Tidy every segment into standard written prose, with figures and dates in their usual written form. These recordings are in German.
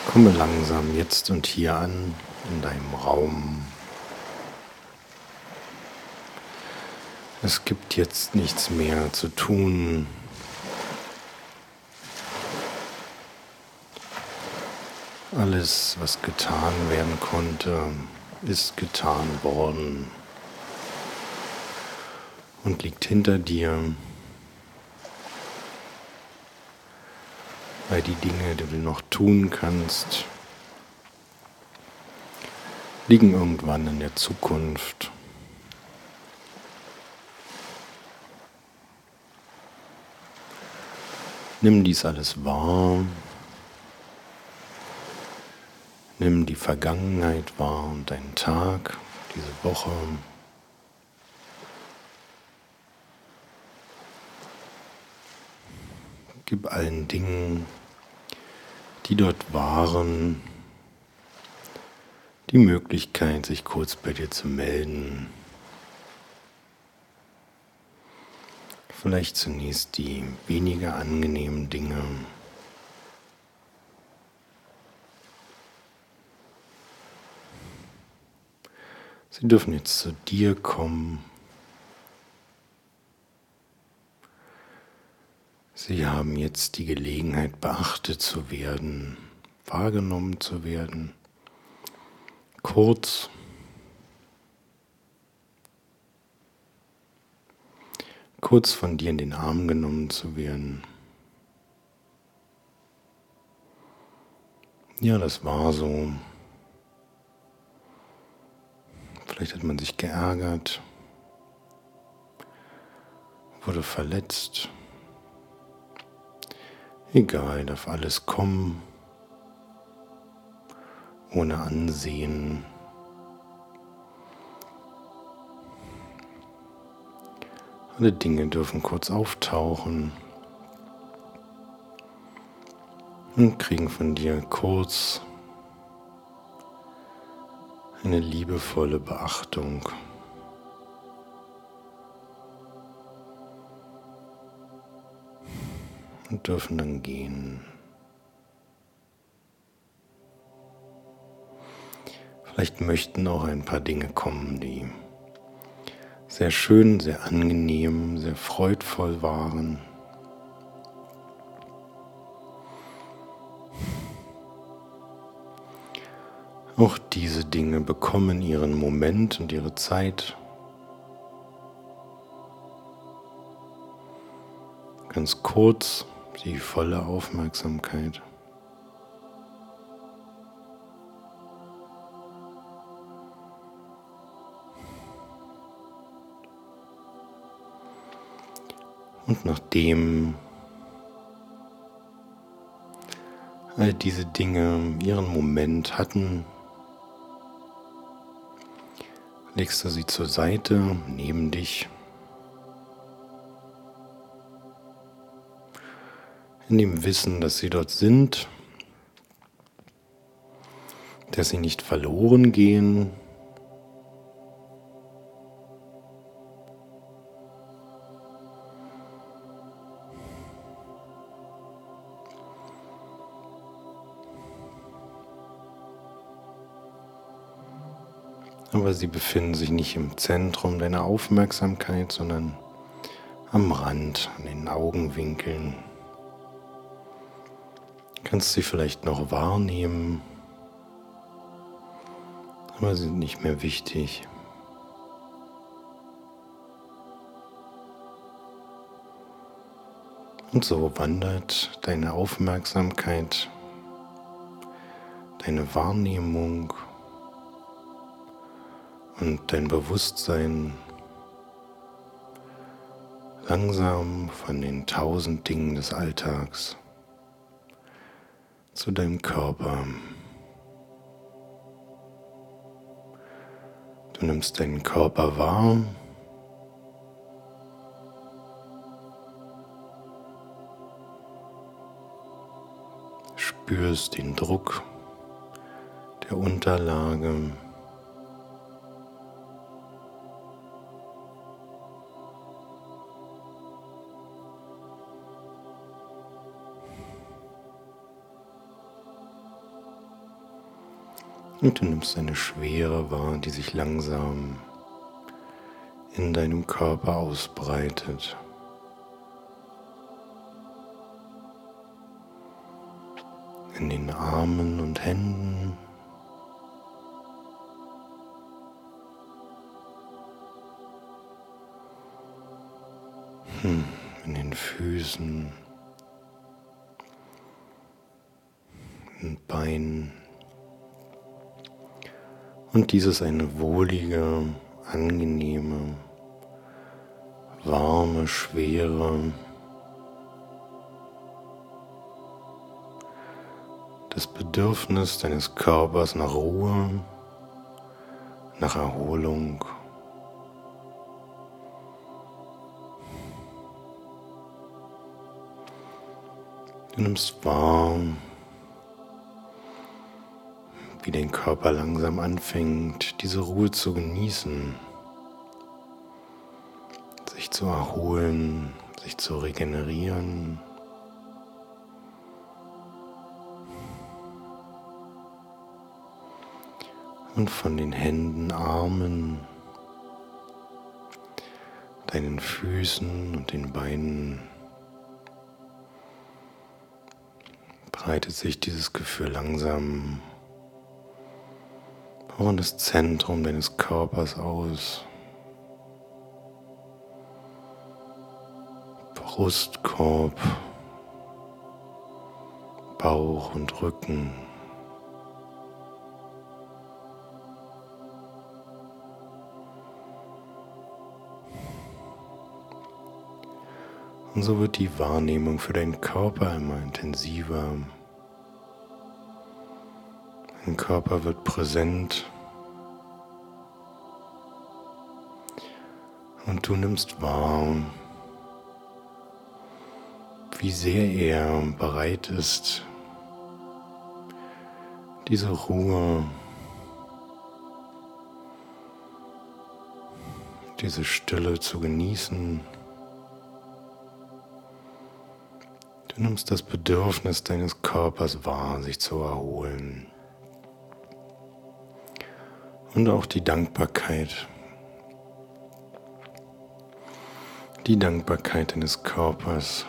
Komme langsam jetzt und hier an in deinem Raum. Es gibt jetzt nichts mehr zu tun. Alles, was getan werden konnte, ist getan worden und liegt hinter dir. Weil die Dinge, die du noch tun kannst, liegen irgendwann in der Zukunft. Nimm dies alles wahr. Nimm die Vergangenheit wahr und deinen Tag, diese Woche. Gib allen Dingen, die dort waren, die Möglichkeit, sich kurz bei dir zu melden. Vielleicht zunächst die weniger angenehmen Dinge. Sie dürfen jetzt zu dir kommen. Sie haben jetzt die Gelegenheit, beachtet zu werden, wahrgenommen zu werden, kurz von dir in den Arm genommen zu werden. Ja, das war so. Vielleicht hat man sich geärgert, wurde verletzt. Egal, darf alles kommen, ohne Ansehen. Alle Dinge dürfen kurz auftauchen und kriegen von dir kurz eine liebevolle Beachtung. Und dürfen dann gehen. Vielleicht möchten auch ein paar Dinge kommen, die sehr schön, sehr angenehm, sehr freudvoll waren. Auch diese Dinge bekommen ihren Moment und ihre Zeit. Ganz kurz, die volle Aufmerksamkeit. Und nachdem all diese Dinge ihren Moment hatten, legst du sie zur Seite, neben dich, in dem Wissen, dass sie dort sind, dass sie nicht verloren gehen, aber sie befinden sich nicht im Zentrum deiner Aufmerksamkeit, sondern am Rand, an den Augenwinkeln. Kannst sie vielleicht noch wahrnehmen, aber sie sind nicht mehr wichtig. Und so wandert deine Aufmerksamkeit, deine Wahrnehmung und dein Bewusstsein langsam von den 1000 Dingen des Alltags zu deinem Körper. Du nimmst deinen Körper wahr. Spürst den Druck der Unterlage. Und du nimmst eine Schwere wahr, die sich langsam in deinem Körper ausbreitet. In den Armen und Händen. In den Füßen und Beinen. Und dies ist eine wohlige, angenehme, warme, schwere, das Bedürfnis deines Körpers nach Ruhe, nach Erholung. Du nimmst wahr, wie dein Körper langsam anfängt, diese Ruhe zu genießen, sich zu erholen, sich zu regenerieren. Und von den Händen, Armen, deinen Füßen und den Beinen breitet sich dieses Gefühl langsam auch in das Zentrum deines Körpers aus. Brustkorb, Bauch und Rücken. Und so wird die Wahrnehmung für deinen Körper immer intensiver. Dein Körper wird präsent. Und du nimmst wahr, wie sehr er bereit ist, diese Ruhe, diese Stille zu genießen. Du nimmst das Bedürfnis deines Körpers wahr, sich zu erholen. Und auch die Dankbarkeit. Die Dankbarkeit deines Körpers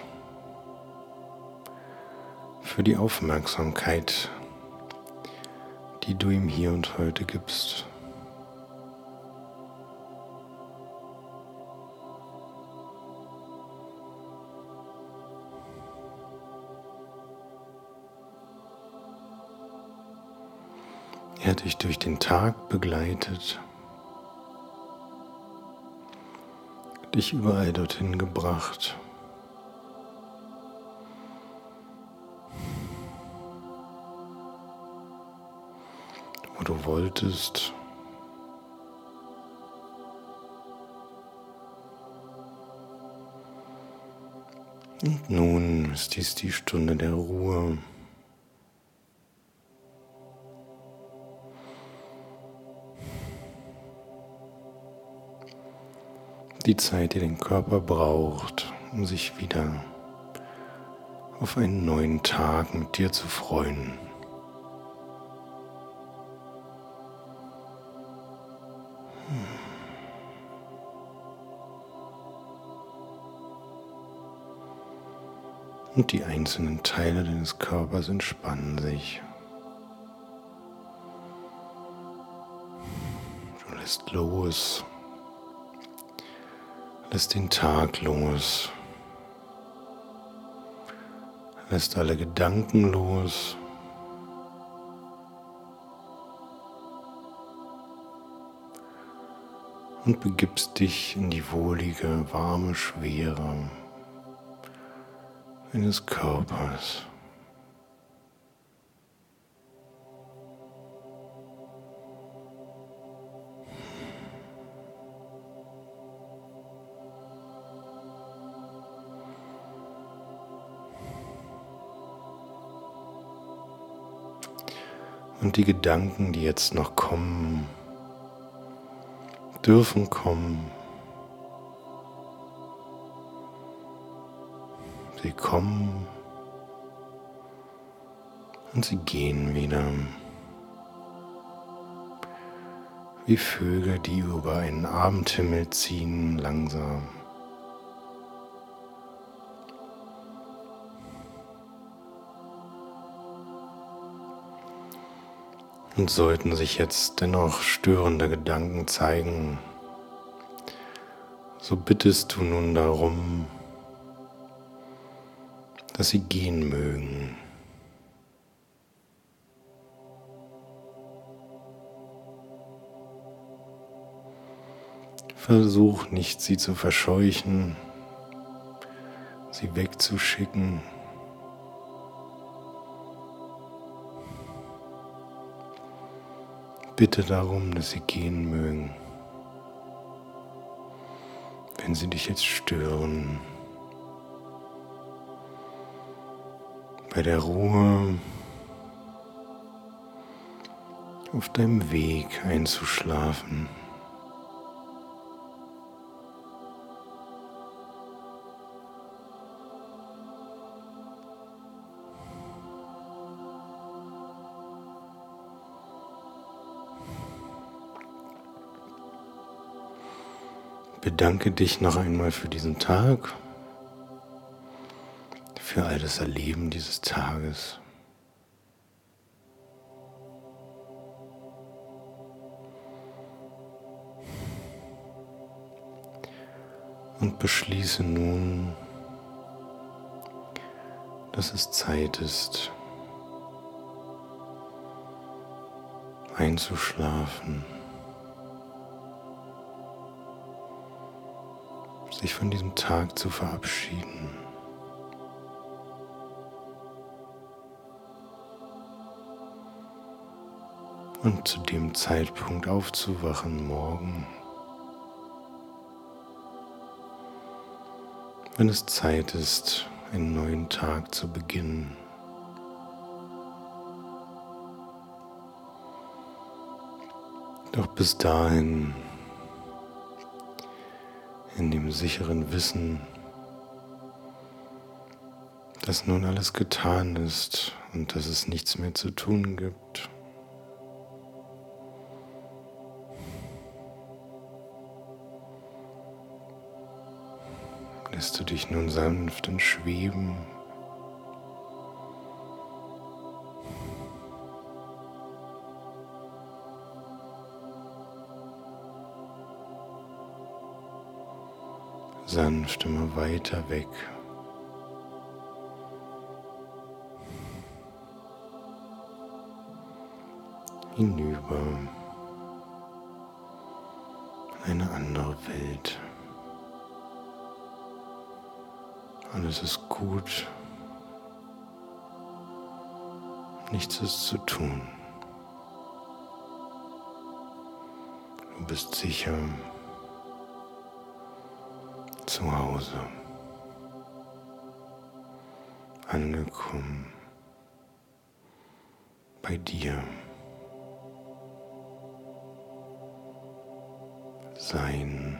für die Aufmerksamkeit, die du ihm hier und heute gibst. Er hat dich durch den Tag begleitet, dich überall dorthin gebracht, wo du wolltest. Und nun ist dies die Stunde der Ruhe. Die Zeit, die dein Körper braucht, um sich wieder auf einen neuen Tag mit dir zu freuen. Und die einzelnen Teile deines Körpers entspannen sich. Du lässt los. Lässt den Tag los, lässt alle Gedanken los und begibst dich in die wohlige, warme Schwere deines Körpers. Und die Gedanken, die jetzt noch kommen, dürfen kommen. Sie kommen und sie gehen wieder. wie Vögel, die über einen Abendhimmel ziehen, langsam. Und sollten sich jetzt dennoch störende Gedanken zeigen, so bittest du nun darum, dass sie gehen mögen. Versuch nicht, sie zu verscheuchen, sie wegzuschicken. Bitte darum, dass sie gehen mögen. Wenn sie dich jetzt stören, bei der Ruhe auf deinem Weg einzuschlafen. Bedanke dich noch einmal für diesen Tag, für all das Erleben dieses Tages. Und beschließe nun, dass es Zeit ist, einzuschlafen, sich von diesem Tag zu verabschieden. Und zu dem Zeitpunkt aufzuwachen morgen, wenn es Zeit ist, einen neuen Tag zu beginnen. Doch bis dahin, in dem sicheren Wissen, dass nun alles getan ist und dass es nichts mehr zu tun gibt, lässt du dich nun sanft entschweben. Sanft immer weiter weg. Hinüber in eine andere Welt. Alles ist gut. Nichts ist zu tun. Du bist sicher zu Hause, angekommen, bei dir, sein.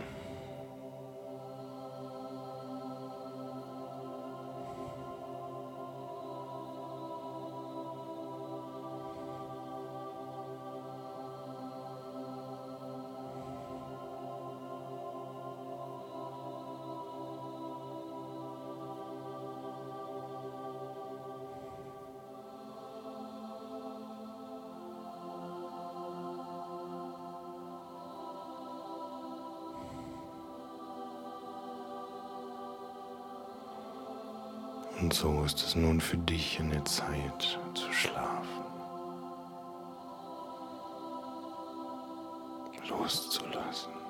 Und so ist es nun für dich in der Zeit zu schlafen, loszulassen.